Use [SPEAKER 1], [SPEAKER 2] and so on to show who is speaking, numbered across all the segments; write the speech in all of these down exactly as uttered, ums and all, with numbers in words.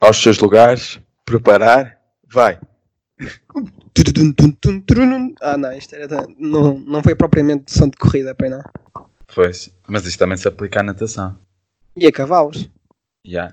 [SPEAKER 1] aos seus lugares, preparar, vai.
[SPEAKER 2] Ah, não, isto era, não, não foi propriamente som de corrida, pai, não.
[SPEAKER 1] Pois, mas isto também se aplica à natação.
[SPEAKER 2] E a cavalos.
[SPEAKER 1] Já.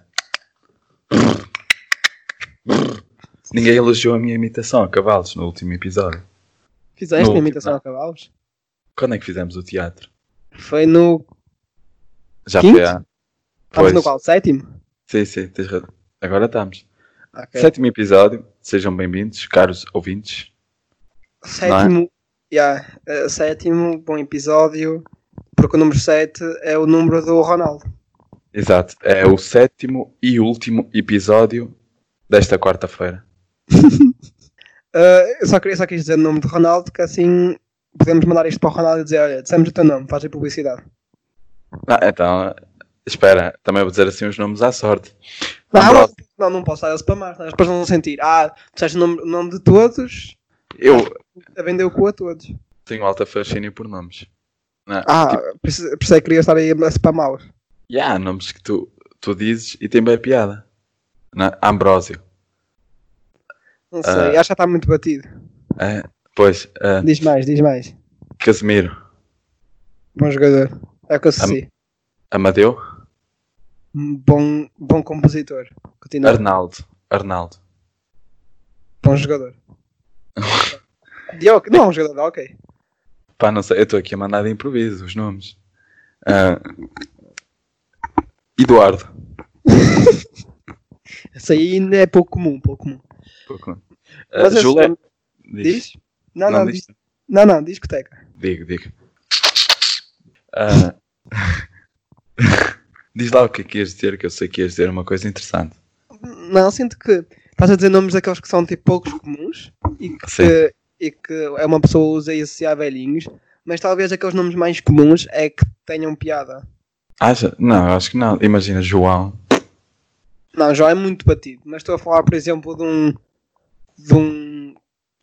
[SPEAKER 1] Ninguém elogiou a minha imitação a cavalos no último episódio.
[SPEAKER 2] Fizeste
[SPEAKER 1] No
[SPEAKER 2] a
[SPEAKER 1] último,
[SPEAKER 2] imitação
[SPEAKER 1] não.
[SPEAKER 2] a cavalos?
[SPEAKER 1] Quando é que fizemos o teatro?
[SPEAKER 2] Foi no...
[SPEAKER 1] Já
[SPEAKER 2] Quinto?
[SPEAKER 1] foi há...
[SPEAKER 2] Estamos
[SPEAKER 1] Pois.
[SPEAKER 2] no qual? Sétimo?
[SPEAKER 1] Sim, sim, tens razão. Agora estamos.
[SPEAKER 2] Ok.
[SPEAKER 1] Sétimo episódio. Sejam bem-vindos, caros ouvintes.
[SPEAKER 2] Sétimo... Yeah, uh, sétimo, bom episódio. Porque o número sete é o número do Ronaldo.
[SPEAKER 1] Exato. É o sétimo e último episódio desta quarta-feira.
[SPEAKER 2] Uh, eu só queria só quis dizer o nome do Ronaldo, que assim podemos mandar isto para o Ronaldo e dizer, olha, dissemos o teu nome, faz aí publicidade.
[SPEAKER 1] Ah, então, espera, também vou dizer assim os nomes à sorte.
[SPEAKER 2] Não,
[SPEAKER 1] Ambrosio.
[SPEAKER 2] não, não posso dar a spamar, né? As pessoas vão sentir, ah, tu disseste o nome, o nome de todos,
[SPEAKER 1] Eu
[SPEAKER 2] a vender o cu a todos.
[SPEAKER 1] tenho alta fascínio por nomes. Não,
[SPEAKER 2] Ah,
[SPEAKER 1] tipo,
[SPEAKER 2] por isso por isso é que queria estar aí a spamá-los.
[SPEAKER 1] e há nomes que tu, tu dizes e tem bem piada. Não, Ambrósio.
[SPEAKER 2] Não sei, acho que já está muito batido.
[SPEAKER 1] É, pois, é,
[SPEAKER 2] Diz mais, diz mais.
[SPEAKER 1] Casemiro.
[SPEAKER 2] Bom jogador. É o que eu sei.
[SPEAKER 1] Amadeu.
[SPEAKER 2] Bom, bom compositor. Continua.
[SPEAKER 1] Arnaldo. Arnaldo.
[SPEAKER 2] Bom jogador. Diogo, não é um jogador, ok.
[SPEAKER 1] Pá, não sei, eu estou aqui a mandar de improviso os nomes. Ah, Eduardo.
[SPEAKER 2] Esse aí ainda é pouco comum, pouco comum.
[SPEAKER 1] Pouco. Uh,
[SPEAKER 2] Mas esse
[SPEAKER 1] Julé.
[SPEAKER 2] nome-
[SPEAKER 1] Diz.
[SPEAKER 2] Diz? Não,
[SPEAKER 1] Não
[SPEAKER 2] não,
[SPEAKER 1] diz?
[SPEAKER 2] diz. Não, não, discoteca.
[SPEAKER 1] Digo, digo. Ah, diz lá o que é que ias dizer, que eu sei que ias dizer uma coisa interessante.
[SPEAKER 2] Não, sinto que estás a dizer nomes daqueles que são tipo poucos comuns e que,
[SPEAKER 1] Sim.
[SPEAKER 2] e que é uma pessoa usa e associa a velhinhos, mas talvez aqueles nomes mais comuns é que tenham piada.
[SPEAKER 1] Acha? Não, eu acho que não. Imagina, João.
[SPEAKER 2] Não, já é muito batido, mas estou a falar, por exemplo, de um de um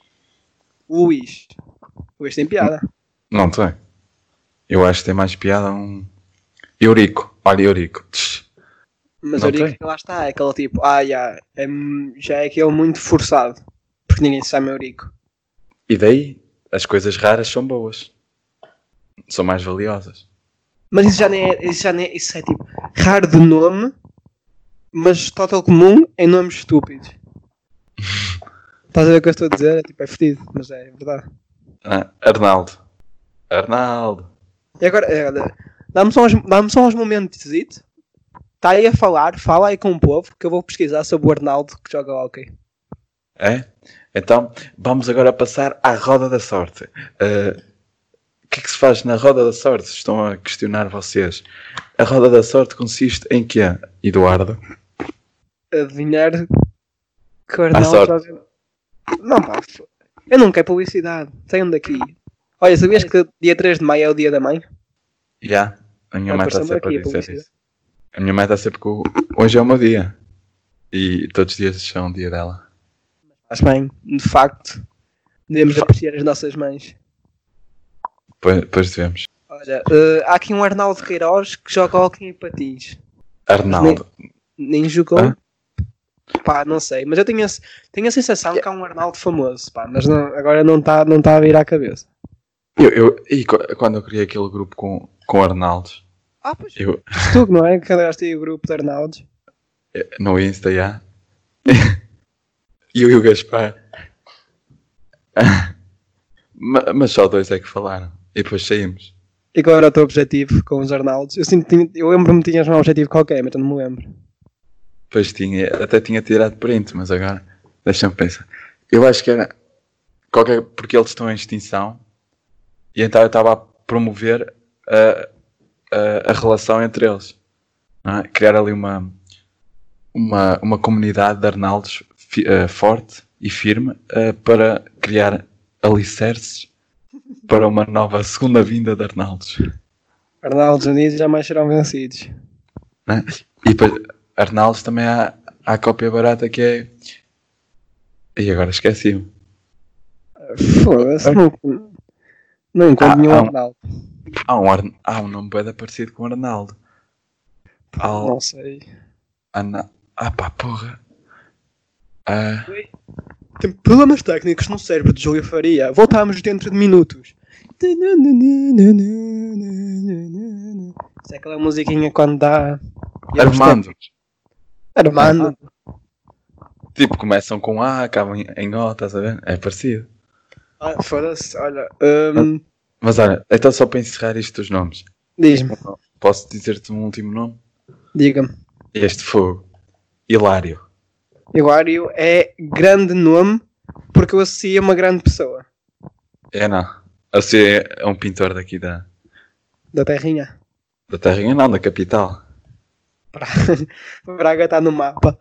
[SPEAKER 2] Luís. Luís tem piada.
[SPEAKER 1] Não tem. Eu acho que tem mais piada um... Eurico. Olha, Eurico. Tch.
[SPEAKER 2] Mas
[SPEAKER 1] Não
[SPEAKER 2] eu digo
[SPEAKER 1] tem?
[SPEAKER 2] que lá está, é aquele tipo, ah, já, é, já é aquele muito forçado, porque ninguém se chama Eurico.
[SPEAKER 1] E daí, as coisas raras são boas. São mais valiosas.
[SPEAKER 2] Mas isso já nem é, isso já nem é, isso é tipo, raro de nome, mas total comum em nomes estúpidos. Estás a ver o que eu estou a dizer? É tipo, é fedido, mas é verdade.
[SPEAKER 1] Ah, Arnaldo. Arnaldo.
[SPEAKER 2] E agora, é, olha, dá-me só uns, dá-me só uns momentos, está aí a falar, fala aí com o povo, que eu vou pesquisar sobre o Arnaldo que joga hockey.
[SPEAKER 1] É? Então, vamos agora passar à roda da sorte. Uh, o que é que se faz na roda da sorte? Estão a questionar vocês. A roda da sorte consiste em quê, Eduardo?
[SPEAKER 2] Adivinhar que o
[SPEAKER 1] À
[SPEAKER 2] Arnaldo
[SPEAKER 1] sorte.
[SPEAKER 2] joga... Não, pá, f- eu não quero publicidade, saiam daqui. Olha, sabias que dia três de maio é o dia da mãe?
[SPEAKER 1] Já. A minha mãe está
[SPEAKER 2] Apareceu-me
[SPEAKER 1] sempre a
[SPEAKER 2] aqui a
[SPEAKER 1] dizer
[SPEAKER 2] publicidade.
[SPEAKER 1] isso. A minha mãe está sempre com... Hoje é o meu dia. E todos os dias são o dia dela.
[SPEAKER 2] Mas bem, de facto, devemos apreciar as nossas mães.
[SPEAKER 1] Depois, depois devemos.
[SPEAKER 2] Olha, eh, há aqui um Arnaldo Queiroz que joga hockey em patins.
[SPEAKER 1] Arnaldo.
[SPEAKER 2] Nem jogou.
[SPEAKER 1] Hã?
[SPEAKER 2] Pá, não sei. Mas eu tenho a, tenho a sensação que há um Arnaldo famoso. Pá, mas não, agora não está não tá a vir à cabeça.
[SPEAKER 1] Eu, eu, e co- quando eu criei aquele grupo com, com Arnaldos,
[SPEAKER 2] Ah, pois.
[SPEAKER 1] eu,
[SPEAKER 2] Tu que não é? Que andaste aí o grupo de Arnaldos.
[SPEAKER 1] no Insta, já. E eu e o Gaspar. Ma- Mas só dois é que falaram. E depois saímos.
[SPEAKER 2] E qual era o teu objetivo com os Arnaldos? Eu, sinto, que tinha- eu lembro-me que tinhas um objetivo qualquer, mas eu não me lembro.
[SPEAKER 1] Depois tinha, até tinha tirado print, mas agora deixa-me pensar. Eu acho que era qualquer, porque eles estão em extinção e então eu estava a promover a, a, a relação entre eles. Não é? Criar ali uma, uma, uma comunidade de Arnaldos fi- eh, forte e firme eh, para criar alicerces para uma nova segunda vinda de Arnaldos.
[SPEAKER 2] Arnaldos Unidos jamais serão vencidos.
[SPEAKER 1] Não é? E depois, Arnaldos também há, há a cópia barata que é. E agora esqueci-me.
[SPEAKER 2] Foda-se, não, não encontro
[SPEAKER 1] Ah,
[SPEAKER 2] nenhum
[SPEAKER 1] há um-
[SPEAKER 2] Arnaldo.
[SPEAKER 1] Há um, Arn... há um nome bem parecido com o Arnaldo. Al...
[SPEAKER 2] Não sei.
[SPEAKER 1] Ana... Ah pá, porra. Ah,
[SPEAKER 2] Tem problemas técnicos no cérebro de Júlio Faria. Voltamos dentro de minutos. Isso é aquela musiquinha quando dá.
[SPEAKER 1] Armando.
[SPEAKER 2] Armando.
[SPEAKER 1] Tipo, começam com A, acabam em, em O, estás a ver? É parecido.
[SPEAKER 2] Ah, foda-se, olha. hum,
[SPEAKER 1] Mas olha, então só para encerrar isto dos nomes.
[SPEAKER 2] Diz-me,
[SPEAKER 1] Posso dizer-te um último nome?
[SPEAKER 2] diga-me.
[SPEAKER 1] Este fogo. Hilário.
[SPEAKER 2] Hilário é grande nome porque eu associo a uma grande pessoa.
[SPEAKER 1] É não. Você é um pintor daqui da,
[SPEAKER 2] Da terrinha.
[SPEAKER 1] da terrinha, não, da capital.
[SPEAKER 2] Braga, Braga está no mapa.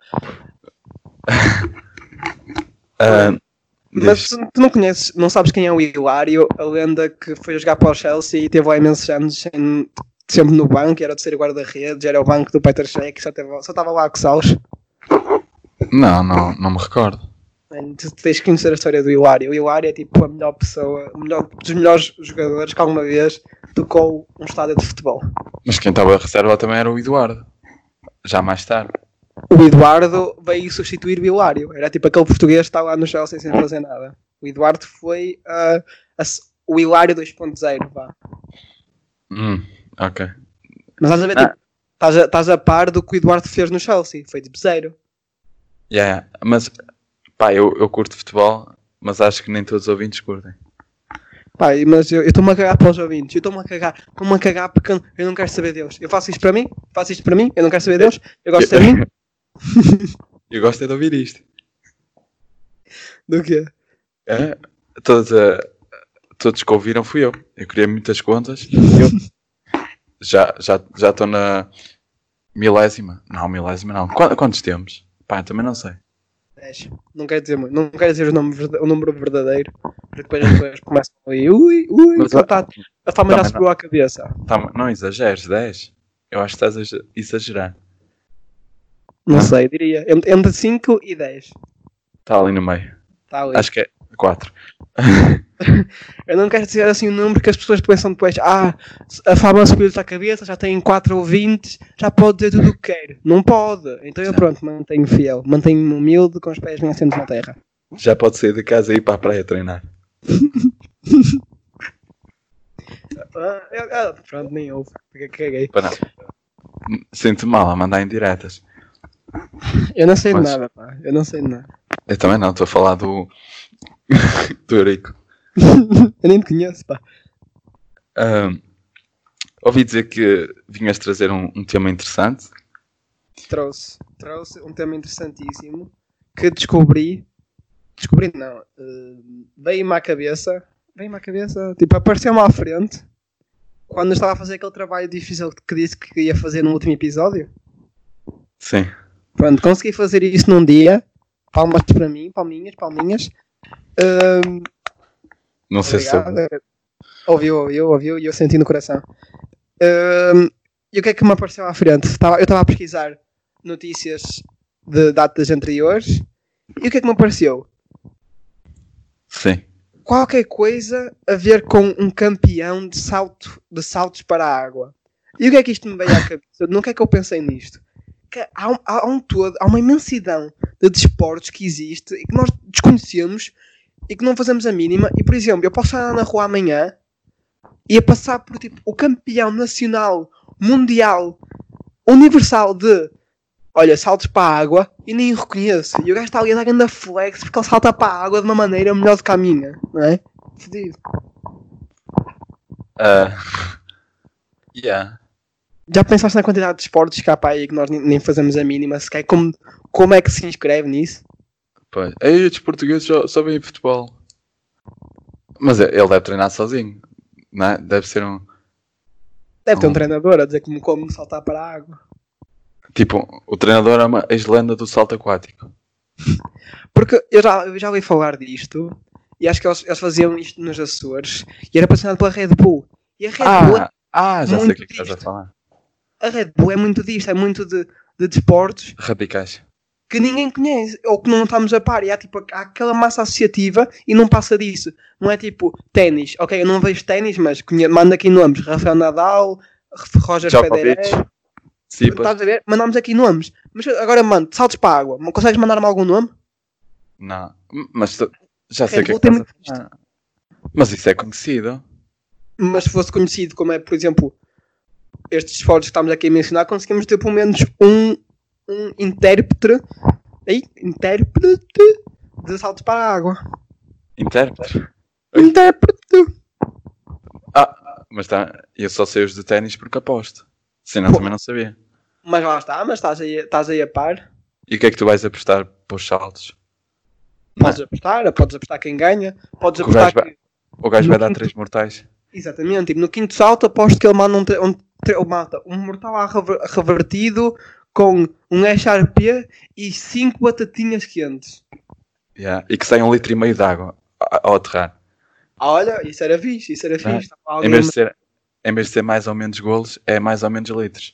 [SPEAKER 1] Ah,
[SPEAKER 2] Mas
[SPEAKER 1] diz.
[SPEAKER 2] tu, tu não conheces, não sabes quem é o Hilário, a lenda que foi jogar para o Chelsea e teve lá imensos anos em- sempre no banco, era de ser guarda-redes, era o banco do Peter Cech, só estava só estava lá a coçá-los.
[SPEAKER 1] Não, não, não me recordo.
[SPEAKER 2] Mano, Tu tu tens que conhecer a história do Hilário. O Hilário é tipo a melhor pessoa, o melhor, dos melhores jogadores que alguma vez tocou um estádio de futebol.
[SPEAKER 1] Mas quem estava a reserva também era o Eduardo. Já mais tarde.
[SPEAKER 2] O Eduardo veio substituir o Hilário. Era tipo aquele português que está lá no Chelsea sem fazer nada. O Eduardo foi ah, a s- o Hilário dois ponto zero, vá.
[SPEAKER 1] Hum, ok.
[SPEAKER 2] Mas estás a ver,
[SPEAKER 1] Ah.
[SPEAKER 2] tipo, estás a, estás a par do que o Eduardo fez no Chelsea. Foi tipo zero.
[SPEAKER 1] Yeah, mas pá, eu, eu curto futebol, mas acho que nem todos os ouvintes curtem.
[SPEAKER 2] Pá, mas eu eu estou-me a cagar para os ouvintes. Eu estou-me a cagar. Estou-me a cagar porque eu eu não quero saber Deus. Eu faço isto para mim. Faço isto para mim. Eu não quero saber Deus. Eu gosto de mim.
[SPEAKER 1] Eu gosto é de ouvir isto.
[SPEAKER 2] Do quê?
[SPEAKER 1] É, todos, eh, todos que ouviram fui eu. Eu criei muitas contas. Eu já já já estou na milésima. Não, milésima não. Qu- Quantos temos? Pá, também não sei.
[SPEAKER 2] dez. Não quero dizer muito. Não quero dizer o, nome verda- o número verdadeiro. Porque depois as pessoas começam ali. Ui, ui.
[SPEAKER 1] Mas,
[SPEAKER 2] só tá- a fama já
[SPEAKER 1] também
[SPEAKER 2] subiu à cabeça.
[SPEAKER 1] Tá, não exageres, dez. Eu acho que estás a exa- exagerar.
[SPEAKER 2] Não
[SPEAKER 1] Não.
[SPEAKER 2] sei, diria. Entre, entre cinco e dez.
[SPEAKER 1] Está ali no meio.
[SPEAKER 2] Está ali.
[SPEAKER 1] Acho que é quatro.
[SPEAKER 2] Eu não quero dizer assim um número que as pessoas pensam depois. Ah, a fama subiu-lhes à cabeça, já tem quatro ouvintes, já pode dizer tudo o que quer. Não pode. Então eu
[SPEAKER 1] Já.
[SPEAKER 2] pronto, mantenho fiel. Mantenho-me humilde, com os pés bem assentos na terra.
[SPEAKER 1] Já pode sair de casa e ir para a praia treinar.
[SPEAKER 2] Ah, eu- eu- pronto, nem houve. Porque caguei.
[SPEAKER 1] Para não. Sinto mal a mandar indiretas.
[SPEAKER 2] Eu não sei de
[SPEAKER 1] Mas-
[SPEAKER 2] nada, pá. Eu não sei de nada.
[SPEAKER 1] Eu também não, estou a falar do. do Eurico.
[SPEAKER 2] Eu nem te conheço, pá.
[SPEAKER 1] Ahm, ouvi dizer que vinhas trazer um, um tema interessante.
[SPEAKER 2] Trouxe. Trouxe um tema interessantíssimo que descobri. Descobri, não. Uh, veio-me à cabeça. Veio-me à cabeça. Tipo, apareceu-me à frente. Quando eu estava a fazer aquele trabalho difícil que disse que ia fazer no último episódio.
[SPEAKER 1] Sim.
[SPEAKER 2] Pronto, consegui fazer isso num dia. Palmas para mim, palminhas, palminhas. Ahm,
[SPEAKER 1] Não sei se.
[SPEAKER 2] obrigado. Ouviu, ouviu, ouviu e eu senti no coração. Ahm, e o que é que me apareceu à frente? Estava- eu estava a pesquisar notícias de datas anteriores. E o que é que me apareceu?
[SPEAKER 1] Sim.
[SPEAKER 2] Qualquer coisa a ver com um campeão de, salto, de saltos para a água. E o que é que isto me veio à cabeça? Não que é que eu pensei nisto? Que há, um, há um todo, há uma imensidão de desportos que existe e que nós desconhecemos e que não fazemos a mínima. E, por exemplo, eu posso andar na rua amanhã e a passar por tipo, o campeão nacional, mundial, universal de olha, saltos para a água e nem o reconheço. E o gajo está ali a dar grande flex porque ele salta para a água de uma maneira melhor do que a minha, não é? Fodido.
[SPEAKER 1] Ah, yeah.
[SPEAKER 2] Já pensaste na quantidade de esportes que há para aí que nós nem- nem fazemos a mínima sequer? Como, como é que se inscreve nisso?
[SPEAKER 1] Pois. Aí os portugueses só, só veem futebol. Mas ele deve treinar sozinho. Não é? Deve ser um.
[SPEAKER 2] Deve ter um
[SPEAKER 1] Hum.
[SPEAKER 2] treinador a dizer como, como saltar para a água.
[SPEAKER 1] Tipo, o treinador é uma ex-lenda do salto aquático.
[SPEAKER 2] Porque eu já, eu já ouvi falar disto e acho que eles, eles faziam isto nos Açores e era patrocinado pela Red Bull. E a Red Bull,
[SPEAKER 1] Ah, ah, já sei o
[SPEAKER 2] muito
[SPEAKER 1] que é que estás a
[SPEAKER 2] disto.
[SPEAKER 1] falar.
[SPEAKER 2] a Red Bull é muito disto, é muito de, de desportos
[SPEAKER 1] Radicais.
[SPEAKER 2] que ninguém conhece ou que não estamos a par. E há, tipo, há aquela massa associativa e não passa disso. Não é tipo ténis. Ok, eu não vejo ténis, mas conhe- manda aqui nomes. Rafael Nadal, Roger
[SPEAKER 1] Djokovic.
[SPEAKER 2] Federer.
[SPEAKER 1] Tsipas.
[SPEAKER 2] Estás a ver? Mandamos aqui nomes. Mas agora, mano, saltos para a água. Consegues mandar-me algum nome?
[SPEAKER 1] Não. Mas tu- já sei o
[SPEAKER 2] Red
[SPEAKER 1] que é
[SPEAKER 2] Bull
[SPEAKER 1] que
[SPEAKER 2] tem
[SPEAKER 1] estás a
[SPEAKER 2] muito
[SPEAKER 1] falar. Mas isso é conhecido.
[SPEAKER 2] Mas se fosse conhecido como é, por exemplo, estes esportes que estamos aqui a mencionar, conseguimos ter pelo menos um, um intérprete, aí, intérprete de saltos para a água.
[SPEAKER 1] Intérprete. Oi?
[SPEAKER 2] Intérprete!
[SPEAKER 1] Ah, mas tá. Eu só sei os de ténis porque aposto. Senão
[SPEAKER 2] Pô.
[SPEAKER 1] também não sabia.
[SPEAKER 2] Mas lá está, mas estás aí, estás aí a par.
[SPEAKER 1] E o que é que tu vais apostar para os saltos?
[SPEAKER 2] Podes
[SPEAKER 1] Não.
[SPEAKER 2] apostar, podes apostar quem ganha, podes
[SPEAKER 1] Que o
[SPEAKER 2] apostar
[SPEAKER 1] gajo vai,
[SPEAKER 2] que...
[SPEAKER 1] o gajo
[SPEAKER 2] no
[SPEAKER 1] vai dar
[SPEAKER 2] quinto-
[SPEAKER 1] três mortais.
[SPEAKER 2] Exatamente, tipo, no quinto salto aposto que ele manda um, tre- um, tre- um, mata um mortal a rever- revertido com um H R P e cinco batatinhas quentes.
[SPEAKER 1] Yeah. E que sai um litro e meio de água a- ao aterrar.
[SPEAKER 2] Ah, olha, isso era fixe, isso era
[SPEAKER 1] Não é?
[SPEAKER 2] fixe. Estava
[SPEAKER 1] Em
[SPEAKER 2] alguém
[SPEAKER 1] vez, de ser, em vez de ser mais ou menos golos, é mais ou menos litros.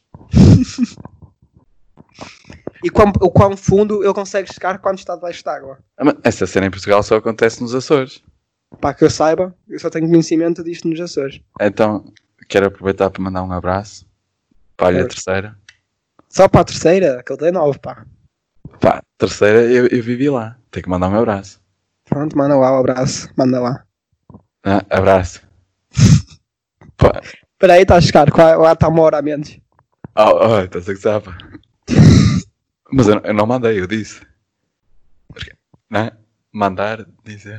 [SPEAKER 2] E quão, o quão fundo ele consegue chegar quando está debaixo d'água.
[SPEAKER 1] Ah, mas essa cena em Portugal só acontece nos Açores.
[SPEAKER 2] Para que eu saiba, eu só tenho conhecimento disto nos Açores.
[SPEAKER 1] Então, quero aproveitar para mandar um abraço para a Ilha
[SPEAKER 2] Força.
[SPEAKER 1] Terceira.
[SPEAKER 2] Só para a terceira, que ele tem nove, pá.
[SPEAKER 1] Pá, Terceira eu, eu vivi lá. Tenho que mandar um abraço.
[SPEAKER 2] Pronto, manda lá o abraço, manda lá.
[SPEAKER 1] Ah, abraço. Pá.
[SPEAKER 2] Espera aí, está a chegar, lá lá está uma hora a menos.
[SPEAKER 1] Oh, oh, estás a gozar, pá. Mas eu, eu não mandei, eu disse. Porque, não é? Mandar, dizer.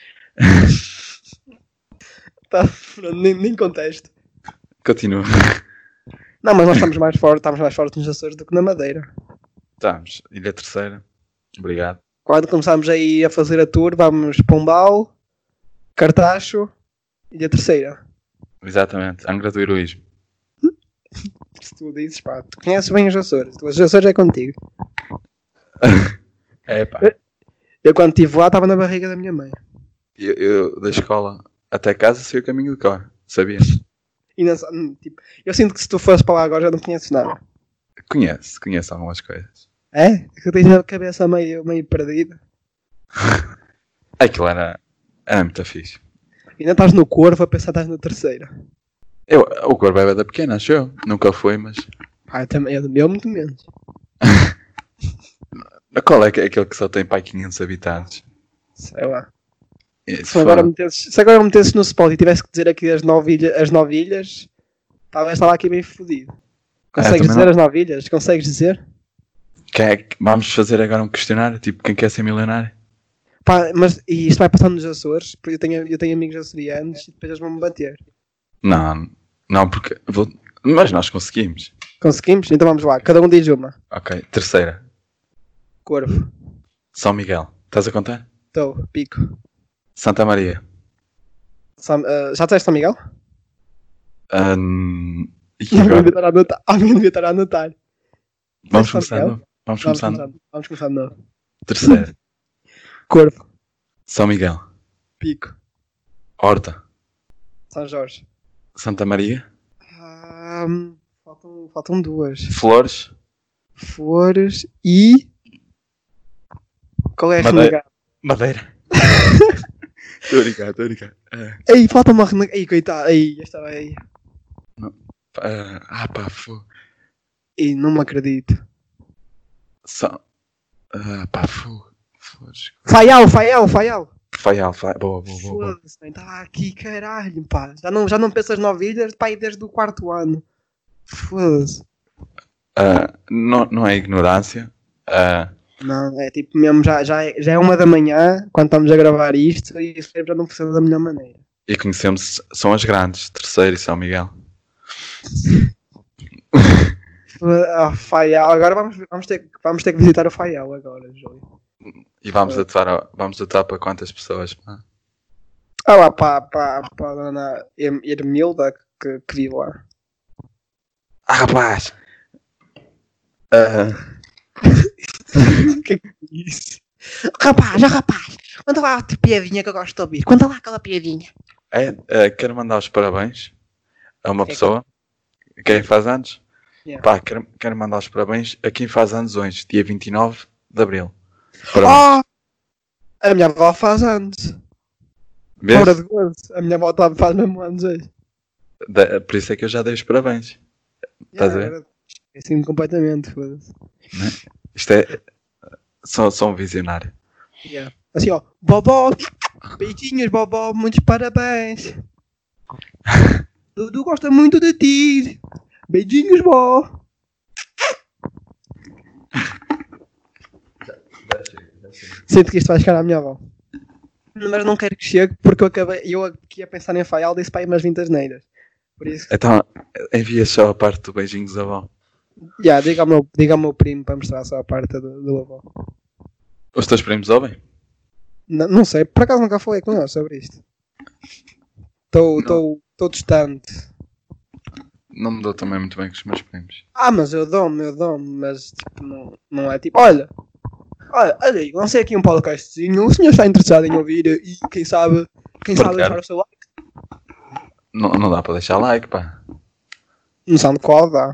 [SPEAKER 2] Tá, pronto, nem, nem contesto.
[SPEAKER 1] Continua.
[SPEAKER 2] Não, mas nós estamos mais fortes, estamos mais fortes nos Açores do que na Madeira.
[SPEAKER 1] Estamos, Ilha Terceira. Obrigado.
[SPEAKER 2] Quando começamos aí a fazer a tour, vamos Pombal, Cartacho e a terceira.
[SPEAKER 1] Exatamente, Angra do Heroísmo.
[SPEAKER 2] Se tu dizes, pá, tu conheces bem os Açores. Os Açores é contigo.
[SPEAKER 1] É pá.
[SPEAKER 2] Eu quando estive lá estava na barriga da minha mãe.
[SPEAKER 1] Eu, eu da escola até casa sei o caminho de cor. Sabia?
[SPEAKER 2] E não, sa- hum, tipo, eu sinto que se tu fores para lá agora já não conheces nada.
[SPEAKER 1] Conheço, conheço algumas coisas.
[SPEAKER 2] É? É que eu tenho a cabeça meio, meio perdida.
[SPEAKER 1] Aquilo era, era muito fixe.
[SPEAKER 2] Ainda estás no Corvo a pensar que estás na terceira.
[SPEAKER 1] Eu, o Corvo é da pequena, acho eu. Nunca foi, mas.
[SPEAKER 2] Ah, eu também, eu, eu muito menos.
[SPEAKER 1] Qual é que- aquele que só tem pai quinhentos habitantes?
[SPEAKER 2] Sei lá.
[SPEAKER 1] E se
[SPEAKER 2] Se agora,
[SPEAKER 1] for-
[SPEAKER 2] metesses, se agora metesses no spot e tivesse que dizer aqui as nove, ilha, as nove ilhas, talvez estava aqui bem fodido. Consegues
[SPEAKER 1] também
[SPEAKER 2] dizer
[SPEAKER 1] não.
[SPEAKER 2] as nove ilhas? Consegues dizer?
[SPEAKER 1] Quem é que- vamos fazer agora um questionário? Tipo, quem quer ser milionário?
[SPEAKER 2] Pá, mas e isto vai passar nos Açores, porque eu tenho, eu tenho amigos açorianos e depois eles vão me bater.
[SPEAKER 1] Não, não, porque. vou- Mas nós conseguimos.
[SPEAKER 2] Conseguimos? Então vamos lá, cada um diz uma.
[SPEAKER 1] Ok, terceira.
[SPEAKER 2] Corvo,
[SPEAKER 1] São Miguel. Estás a contar?
[SPEAKER 2] Tô, Pico.
[SPEAKER 1] Santa Maria.
[SPEAKER 2] Sam, ah, já disseste São Miguel?
[SPEAKER 1] Ahn, e
[SPEAKER 2] Alguém
[SPEAKER 1] agora?
[SPEAKER 2] devia estar a anotar. Alguém devia estar a anotar.
[SPEAKER 1] Vamos
[SPEAKER 2] São
[SPEAKER 1] começar de
[SPEAKER 2] Miguel?
[SPEAKER 1] novo. Vamos
[SPEAKER 2] Vamos
[SPEAKER 1] começar de
[SPEAKER 2] começar,
[SPEAKER 1] novo.
[SPEAKER 2] vamos começar de novo.
[SPEAKER 1] Terceira.
[SPEAKER 2] Corvo,
[SPEAKER 1] São Miguel.
[SPEAKER 2] Pico,
[SPEAKER 1] Horta.
[SPEAKER 2] São Jorge.
[SPEAKER 1] Santa Maria.
[SPEAKER 2] Ah, faltam, faltam duas.
[SPEAKER 1] Flores.
[SPEAKER 2] Flores e. Qual é a
[SPEAKER 1] Madeira.
[SPEAKER 2] renegada?
[SPEAKER 1] Madeira. Estou a brincar, estou a brincar. Ah,
[SPEAKER 2] Ei, falta uma renegada. Ei, coitado. Ei, esta vai aí.
[SPEAKER 1] ah, ah, pá, fogo.
[SPEAKER 2] Ei, não me acredito.
[SPEAKER 1] São. Ah, pá, fogo. Flores.
[SPEAKER 2] Faial, Faial, Faial.
[SPEAKER 1] Faial, Faial. Boa, boa, boa. boa.
[SPEAKER 2] Foda-se, man, estava aqui, caralho, pá. Já não, já não pensas nove ilhas, pá, aí desde o quarto ano. Foda-se.
[SPEAKER 1] Ah, não, não é ignorância. Ah,
[SPEAKER 2] Não, é tipo mesmo, já, já, é, já é uma da manhã, quando estamos a gravar isto, e isso já não funciona da melhor maneira.
[SPEAKER 1] e conhecemos, são as grandes. Terceiro e São Miguel.
[SPEAKER 2] Ah, Faial, agora vamos, vamos, ter, vamos ter que visitar o Faial agora, Júlio.
[SPEAKER 1] E vamos atuar, a- vamos atuar para quantas pessoas? pá?
[SPEAKER 2] Ah lá, pá, pá, pá, a dona Em- Ermilda, que, que vive lá.
[SPEAKER 1] Ah, rapaz! Ah,
[SPEAKER 2] O que é que é isso? Rapaz, ó rapaz, conta lá outra piadinha que eu gosto de ouvir. Conta lá aquela piadinha.
[SPEAKER 1] é, é, quero mandar os parabéns a uma
[SPEAKER 2] Quem-
[SPEAKER 1] pessoa. Quem faz anos?
[SPEAKER 2] Yeah.
[SPEAKER 1] Pá, quero, quero mandar os parabéns a quem faz anos hoje, dia vinte e nove de Abril. Parabéns.
[SPEAKER 2] Oh! A minha avó faz anos.
[SPEAKER 1] Vês?
[SPEAKER 2] Fora de gozo. A minha avó tá- faz mesmo anos hoje.
[SPEAKER 1] Da- por isso é que eu já dei os parabéns. Estás a ver?
[SPEAKER 2] Yeah, esqueci-me completamente, foda-se.
[SPEAKER 1] Isto é. Sou, sou um visionário.
[SPEAKER 2] Yeah. Assim, ó, Bobó, beijinhos, Bobó, muitos parabéns. Dudu gosta muito de ti. Beijinhos, Bó. Sinto que isto vai chegar à minha avó. Mas não quero que chegue porque eu acabei, eu aqui a pensar em Faial disse para aí umas vinte asneiras. Por isso.
[SPEAKER 1] Então, envia só a parte do beijinhos da avó.
[SPEAKER 2] Já, yeah, diga ao meu, diga ao meu primo para mostrar só a parte do, do avó.
[SPEAKER 1] Os teus primos ouvem?
[SPEAKER 2] Não, não sei, por acaso nunca falei com eles sobre isto. Estou distante.
[SPEAKER 1] Não me dou também muito bem com os meus primos.
[SPEAKER 2] Ah, mas eu dou-me, eu dou-me, mas tipo, não, não é tipo, olha, olha, olha aí, lancei aqui um podcastzinho, o senhor está interessado em ouvir e quem sabe, quem
[SPEAKER 1] Porque
[SPEAKER 2] sabe deixar o seu like?
[SPEAKER 1] Não, não dá para deixar like, pá.
[SPEAKER 2] No SoundCloud dá.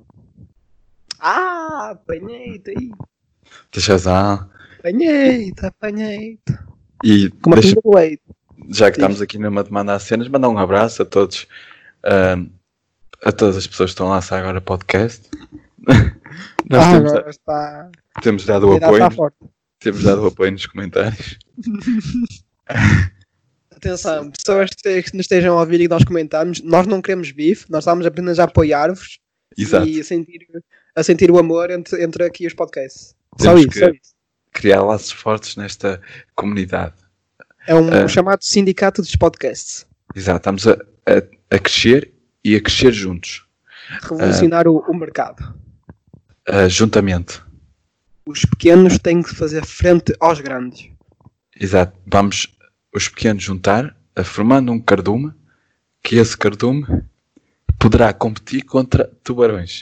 [SPEAKER 2] Ah, apanhei-te aí.
[SPEAKER 1] Deixas a...
[SPEAKER 2] Apanhei-te, apanhei-te.
[SPEAKER 1] E
[SPEAKER 2] como
[SPEAKER 1] deixa...
[SPEAKER 2] assim do leite.
[SPEAKER 1] Já que estamos aqui numa demanda a cenas, mandar um abraço a todos, uh, a todas as pessoas que estão a lançar agora podcast. Nós
[SPEAKER 2] ah,
[SPEAKER 1] temos,
[SPEAKER 2] agora está...
[SPEAKER 1] temos dado o apoio.
[SPEAKER 2] Está
[SPEAKER 1] temos dado o apoio nos comentários.
[SPEAKER 2] Atenção, pessoas que nos estejam a ouvir e que nós comentamos, nós não queremos bife, nós estamos apenas a apoiar-vos.
[SPEAKER 1] Exato.
[SPEAKER 2] E a sentir, a sentir o amor entre, entre aqui os podcasts.
[SPEAKER 1] Temos
[SPEAKER 2] só isso, só isso.
[SPEAKER 1] Criar laços fortes nesta comunidade.
[SPEAKER 2] É um
[SPEAKER 1] uh,
[SPEAKER 2] chamado sindicato dos podcasts.
[SPEAKER 1] Exato, estamos a, a, a crescer e a crescer juntos.
[SPEAKER 2] Revolucionar uh, o, o mercado.
[SPEAKER 1] Uh, juntamente.
[SPEAKER 2] Os pequenos têm que fazer frente aos grandes.
[SPEAKER 1] Exato, vamos os pequenos juntar, a formando um cardume, que esse cardume poderá competir contra tubarões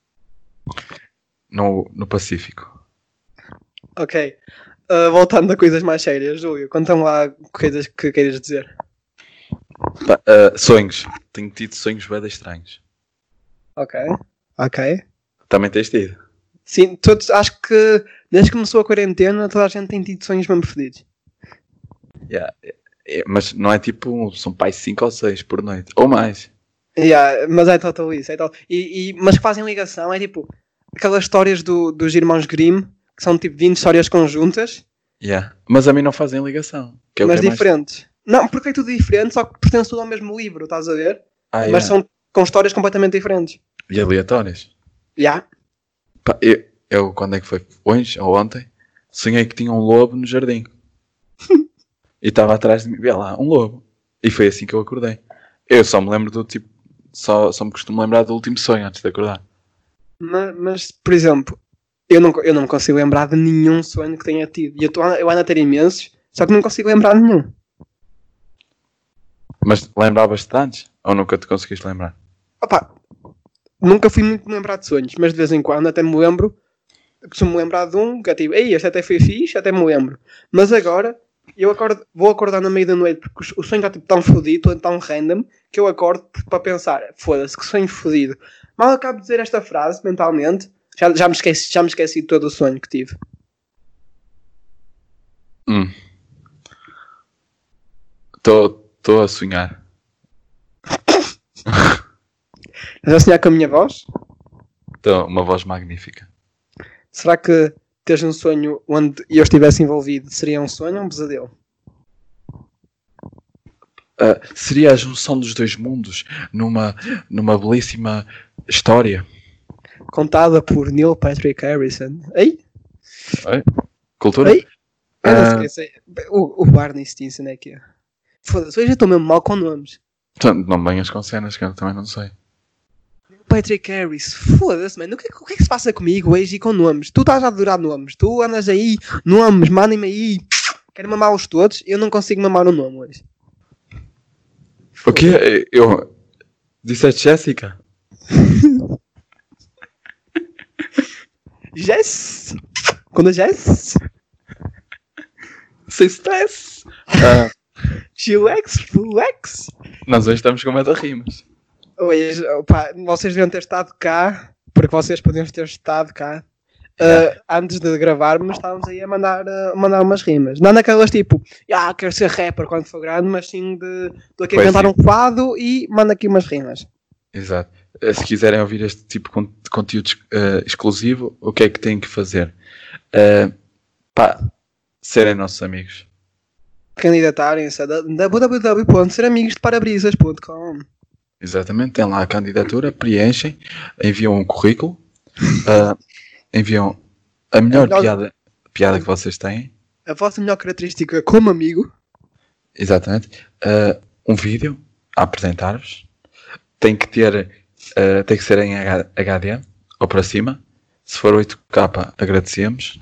[SPEAKER 1] no, no Pacífico.
[SPEAKER 2] Ok. Uh, voltando a coisas mais sérias, Júlio, conta-me lá coisas que queiras dizer.
[SPEAKER 1] Pá, uh, sonhos. Tenho tido sonhos bem estranhos.
[SPEAKER 2] Ok. Ok.
[SPEAKER 1] Também tens tido?
[SPEAKER 2] Sim, todos, acho que desde que começou a quarentena toda a gente tem tido sonhos mesmo fedidos.
[SPEAKER 1] Yeah. Mas não é tipo, são pais cinco ou seis por noite, ou mais.
[SPEAKER 2] Yeah, mas é total isso, é total. E, e, mas que fazem ligação, é tipo aquelas histórias do, dos irmãos Grimm, que são tipo vinte histórias conjuntas.
[SPEAKER 1] Yeah. Mas a mim não fazem ligação. Que é
[SPEAKER 2] mas
[SPEAKER 1] o que é
[SPEAKER 2] diferentes. Mais... Não, porque é tudo diferente, só que pertence tudo ao mesmo livro, estás a ver?
[SPEAKER 1] Ah,
[SPEAKER 2] mas
[SPEAKER 1] yeah.
[SPEAKER 2] são com histórias completamente diferentes.
[SPEAKER 1] E aleatórias.
[SPEAKER 2] Já. Yeah.
[SPEAKER 1] Pá, eu, eu, quando é que foi? Hoje ou ontem? Sonhei que tinha um lobo no jardim. E estava atrás de mim, vê lá, um lobo. E foi assim que eu acordei. Eu só me lembro do tipo, só, só me costumo lembrar do último sonho antes de acordar.
[SPEAKER 2] Mas, mas por exemplo, eu não, eu não me consigo lembrar de nenhum sonho que tenha tido. E eu, tô, eu ando a ter imensos, só que não consigo lembrar de nenhum.
[SPEAKER 1] Mas lembravas-te de antes? Ou nunca te conseguiste lembrar?
[SPEAKER 2] Opa, nunca fui muito lembrar de sonhos, mas de vez em quando até me lembro, costumo lembrar de um, que é tipo, ei, este até foi fixe, até me lembro. Mas agora, eu acordo, vou acordar na meia da noite, porque o sonho está tipo, tão fodido, tão random, que eu acordo para pensar, foda-se, que sonho fodido. Mal acabo de dizer esta frase, mentalmente, já, já, me, esqueci, já me esqueci de todo o sonho que tive.
[SPEAKER 1] Hum. Estou a sonhar.
[SPEAKER 2] Estás a sonhar com a minha voz?
[SPEAKER 1] Estou, uma voz magnífica.
[SPEAKER 2] Será que teres um sonho onde eu estivesse envolvido seria um sonho ou um pesadelo?
[SPEAKER 1] Uh, seria a junção dos dois mundos numa, numa belíssima história.
[SPEAKER 2] Contada por Neil Patrick Harrison. Ei?
[SPEAKER 1] Oi? Cultura?
[SPEAKER 2] Ei? Eu não
[SPEAKER 1] Uh,
[SPEAKER 2] esqueci. O, o Barney Stinson é que é. Foda-se, hoje eu estou mesmo mal com nomes.
[SPEAKER 1] Não venhas com cenas que eu também não sei.
[SPEAKER 2] Patrick Harris, foda-se, mano. O que, o que é que se passa comigo hoje e com nomes? Tu estás a adorar nomes. Tu andas aí, nomes, mandem-me aí. Quero mamá-los todos. Eu não consigo mamar o nome hoje.
[SPEAKER 1] O quê? Eu... Disseste Jéssica?
[SPEAKER 2] Jess? Quando a Jess?
[SPEAKER 1] Sem stress. Uh,
[SPEAKER 2] Gilex? Flex?
[SPEAKER 1] nós hoje estamos com meta-rimas.
[SPEAKER 2] Hoje, opa, vocês deviam ter estado cá, porque vocês podiam ter estado cá.
[SPEAKER 1] Yeah.
[SPEAKER 2] Uh, antes de gravarmos, estávamos aí a mandar, uh, mandar umas rimas. Não naquelas tipo, ah, quero ser rapper quando for grande, mas sim de estou aqui a
[SPEAKER 1] Pois
[SPEAKER 2] cantar
[SPEAKER 1] sim.
[SPEAKER 2] um fado e mando aqui umas rimas.
[SPEAKER 1] Exato. Se quiserem ouvir este tipo de conteúdo uh, exclusivo, o que é que têm que fazer? Uh, pá, serem nossos amigos.
[SPEAKER 2] Candidatarem-se a w w w ponto ser amigos de parabrisas ponto com.
[SPEAKER 1] Exatamente, tem lá a candidatura, preenchem, enviam um currículo, uh, enviam a melhor,
[SPEAKER 2] melhor...
[SPEAKER 1] Piada, piada que vocês têm.
[SPEAKER 2] A vossa melhor característica como amigo.
[SPEAKER 1] Exatamente. Uh, um vídeo a apresentar-vos. Tem que ter, uh, tem que ser em H D ou para cima. Se for oito K, agradecemos.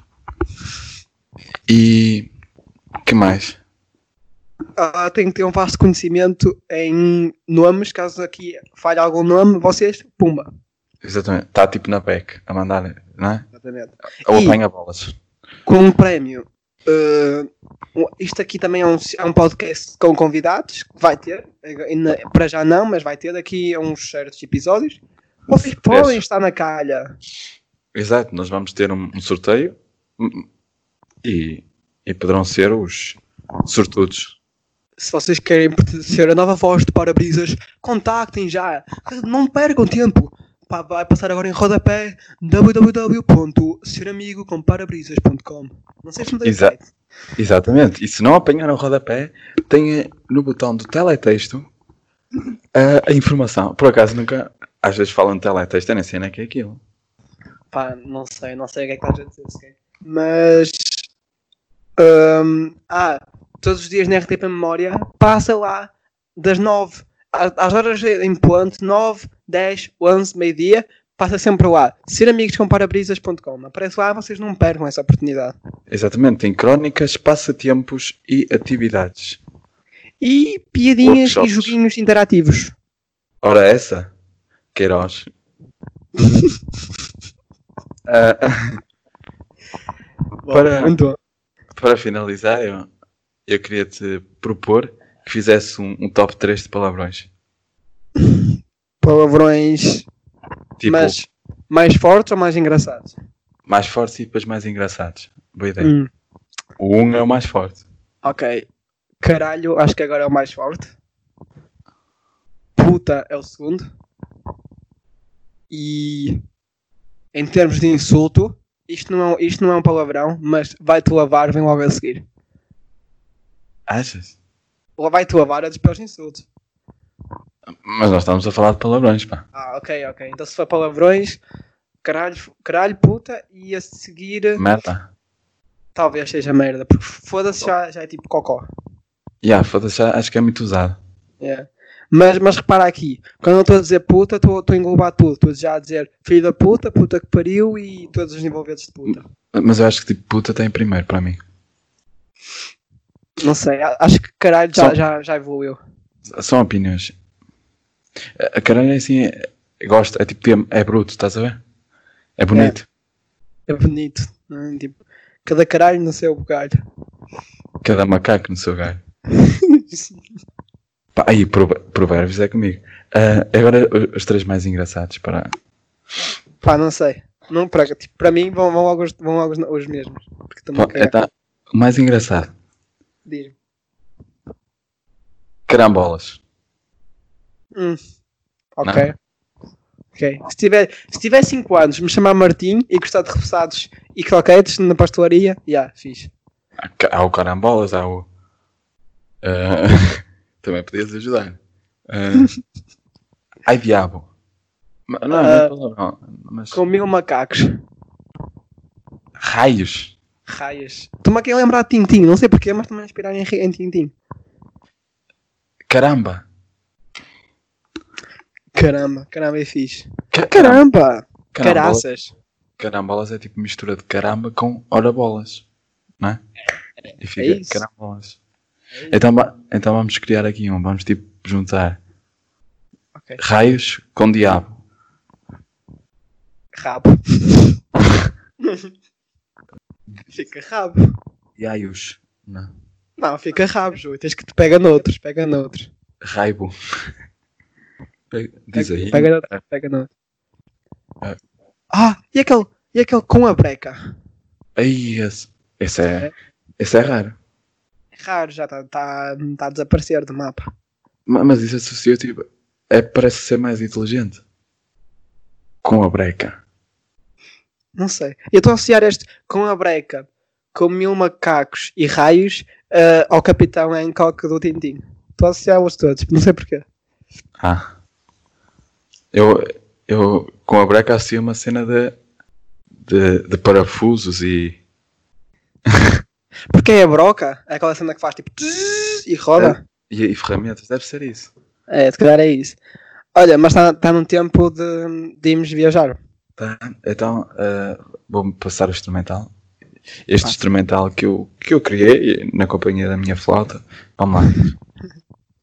[SPEAKER 1] E que mais?
[SPEAKER 2] Uh, tem que ter um vasto conhecimento em nomes. Caso aqui falhe algum nome, vocês, pumba.
[SPEAKER 1] Exatamente. Está tipo na P E C a mandar, não é?
[SPEAKER 2] Exatamente.
[SPEAKER 1] Ou
[SPEAKER 2] E,
[SPEAKER 1] apanha bolas.
[SPEAKER 2] com um prémio. Uh, isto aqui também é um, é um podcast com convidados. Vai ter. Ainda, para já não, mas vai ter daqui a uns certos episódios. Vocês podem estar na calha.
[SPEAKER 1] Exato. Nós vamos ter um, um sorteio. E, e poderão ser os sortudos.
[SPEAKER 2] Se vocês querem ser a nova voz de Parabrisas, contactem já. Não percam tempo. Vai passar agora em rodapé w w w ponto ser amigo com parabrisas ponto com. Não sei se me dei
[SPEAKER 1] Exa- Exatamente. E se não apanhar o rodapé, tem no botão do teletexto a, a informação. Por acaso nunca, às vezes falam de teletexto, eu nem sei nem o que é aquilo.
[SPEAKER 2] Pá, não sei, não sei o que é que estás a dizer sequer. Mas hum, ah, todos os dias na R T P Memória passa lá das nove às horas em ponto, nove, dez, onze, meio-dia, passa sempre lá. Ser amigos com parabrisas ponto com. Aparece lá, vocês não percam essa oportunidade.
[SPEAKER 1] Exatamente, tem crónicas, passatempos e atividades.
[SPEAKER 2] E piadinhas
[SPEAKER 1] Workshops.
[SPEAKER 2] E joguinhos interativos.
[SPEAKER 1] Ora essa, Queiroz. uh, para,
[SPEAKER 2] Muito bom.
[SPEAKER 1] para finalizar, eu, eu queria te propor que fizesse um, um top três de palavrões.
[SPEAKER 2] Palavrões,
[SPEAKER 1] Tipo,
[SPEAKER 2] mas mais fortes ou mais engraçados?
[SPEAKER 1] mais fortes e depois mais engraçados. Boa ideia.
[SPEAKER 2] Hum.
[SPEAKER 1] O um é o mais forte.
[SPEAKER 2] Ok. Caralho, acho que agora é o mais forte. Puta é o segundo. E em termos de insulto, isto não é, isto não é um palavrão, mas vai-te lavar, vem logo a seguir.
[SPEAKER 1] Achas?
[SPEAKER 2] Ou vai-te lavar é dos piores insultos.
[SPEAKER 1] Mas nós estamos a falar de palavrões, pá.
[SPEAKER 2] Ah, ok, ok. Então se for palavrões, caralho, caralho, puta, e a seguir
[SPEAKER 1] Merda.
[SPEAKER 2] talvez seja merda, porque foda-se já, já é tipo cocó.
[SPEAKER 1] Já, yeah, foda-se, já acho que é muito usado.
[SPEAKER 2] Yeah. Mas, mas repara aqui, quando eu estou a dizer puta, estou a englobar tudo. Estou já a dizer filho da puta, puta que pariu e todos os envolvidos de puta.
[SPEAKER 1] Mas eu acho que tipo puta tem primeiro para mim.
[SPEAKER 2] Não sei, acho que caralho já,
[SPEAKER 1] Só-
[SPEAKER 2] já, já evoluiu.
[SPEAKER 1] São opiniões. A caralho é assim, é, é- gosto, é tipo, é bruto, estás a ver? É bonito.
[SPEAKER 2] É bonito. Não é? Tipo, cada caralho no seu bugalho.
[SPEAKER 1] Cada macaco no seu galho. Pá, aí, prov- provérbios é comigo. Ah, agora o- os três mais engraçados para...
[SPEAKER 2] Pá, não sei. Não, para, tipo, para mim vão, vão logo, os, vão logo os, os mesmos. Porque também
[SPEAKER 1] Pá, é, tá, o mais engraçado.
[SPEAKER 2] diz-me.
[SPEAKER 1] Carambolas.
[SPEAKER 2] Hum. Ok. Ok. Se tiver, se tiver cinco anos, me chamar Martim e gostar de repousados e croquetes na pastelaria, já, yeah, fixe.
[SPEAKER 1] Há, ca- há o carambolas, há o... ah, também podias ajudar. Ah, ai diabo. Ma- Não,
[SPEAKER 2] Ah,
[SPEAKER 1] não é palavrão, mas...
[SPEAKER 2] Com mil macacos.
[SPEAKER 1] Raios.
[SPEAKER 2] Raias. Estou-me aqui a lembrar de Tintim, não sei porquê, mas estou-me a inspirar em, em Tintim.
[SPEAKER 1] Caramba.
[SPEAKER 2] Caramba, caramba é fixe.
[SPEAKER 1] Ca-
[SPEAKER 2] Caramba!
[SPEAKER 1] Carambolas,
[SPEAKER 2] Caraças.
[SPEAKER 1] carambolas é tipo mistura de caramba com ora bolas. Não é? E fica
[SPEAKER 2] isso.
[SPEAKER 1] carambolas. Então, va- então vamos criar aqui um. Vamos tipo juntar
[SPEAKER 2] Ok.
[SPEAKER 1] raios com diabo.
[SPEAKER 2] Rabo. Fica rabo.
[SPEAKER 1] Iaios. Não.
[SPEAKER 2] Não, fica rabo, Júlio. Tens que te pega noutros, pega noutros.
[SPEAKER 1] Raibo. Pega- Diz aí.
[SPEAKER 2] Pega noutros, pega noutros.
[SPEAKER 1] É.
[SPEAKER 2] Ah, e aquele, e aquele com a breca?
[SPEAKER 1] Aí, esse, esse é, esse é raro.
[SPEAKER 2] É raro, já está tá, tá a desaparecer do mapa.
[SPEAKER 1] Ma- Mas isso associa tipo. É, parece ser mais inteligente. Com a breca.
[SPEAKER 2] Não sei. Eu estou a associar este com a breca com mil macacos e raios uh, ao Capitão Hancock do Tintin. Estou a associá-los todos, não sei porquê.
[SPEAKER 1] Ah. Eu, eu com a breca associo uma cena de, de, de parafusos e...
[SPEAKER 2] Porque é a broca, é aquela cena que faz tipo tss, e roda.
[SPEAKER 1] É, e, e ferramentas, deve ser isso.
[SPEAKER 2] É, se calhar é isso. Olha, mas está tá num tempo de, de irmos viajar.
[SPEAKER 1] Tá, então uh, vou-me passar o instrumental. Este ah. instrumental que eu, que eu criei na companhia da minha flauta. Vamos lá.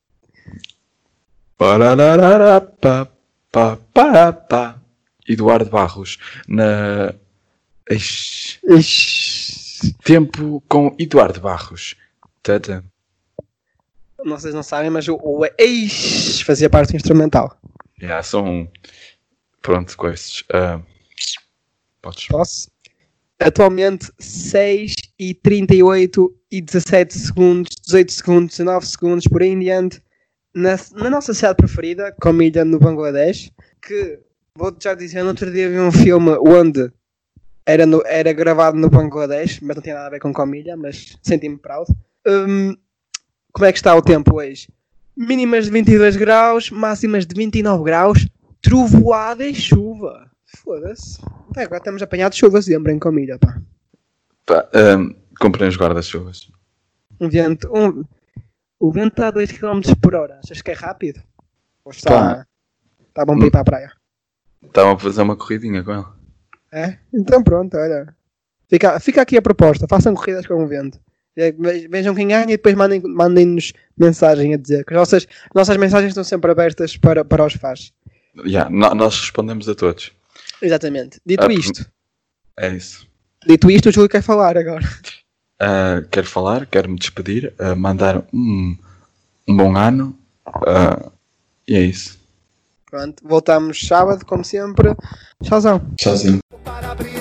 [SPEAKER 1] Parararara, pá, pá, pá, pá. Eduardo Barros na Ixi.
[SPEAKER 2] Ixi.
[SPEAKER 1] Tempo com Eduardo Barros. Tata.
[SPEAKER 2] Vocês não sabem, mas o, o Ixi fazia parte do instrumental.
[SPEAKER 1] Yeah, são pronto com esses. Uh, podes.
[SPEAKER 2] Posso? Atualmente seis e trinta e oito e dezassete segundos, dezoito segundos, dezenove segundos, por aí em diante, na, na nossa cidade preferida, Comilha, no Bangladesh, que, vou-te já dizer, no outro dia vi um filme onde era, no, era gravado no Bangladesh, mas não tinha nada a ver com Comilha, mas senti-me proud. Um, como é que está o tempo hoje? Mínimas de vinte e dois graus, máximas de vinte e nove graus, trovoada e chuva. Foda-se. Até agora estamos apanhados de chuva sempre em Comilha, pá.
[SPEAKER 1] Pá, um, comprei os guarda-chuvas.
[SPEAKER 2] Um vento, um, o vento está a dois quilómetros por hora. Achas que é rápido? Ou está, está bom para ir para a praia?
[SPEAKER 1] Estavam a fazer uma corridinha com ele.
[SPEAKER 2] É? Então pronto, olha. Fica, fica aqui a proposta. Façam corridas com o vento. Vejam quem ganha e depois mandem, mandem-nos mensagem a dizer que as nossas, nossas mensagens estão sempre abertas para, para os fãs.
[SPEAKER 1] Yeah, no, nós respondemos a todos.
[SPEAKER 2] Exatamente. Dito ah, isto.
[SPEAKER 1] É isso.
[SPEAKER 2] Dito isto, o Júlio quer falar agora.
[SPEAKER 1] Uh, quero falar, quero me despedir, uh, mandar um, um bom ano. Uh, e é isso.
[SPEAKER 2] Pronto, voltamos sábado, como sempre. Tchauzão.
[SPEAKER 1] Tchauzinho.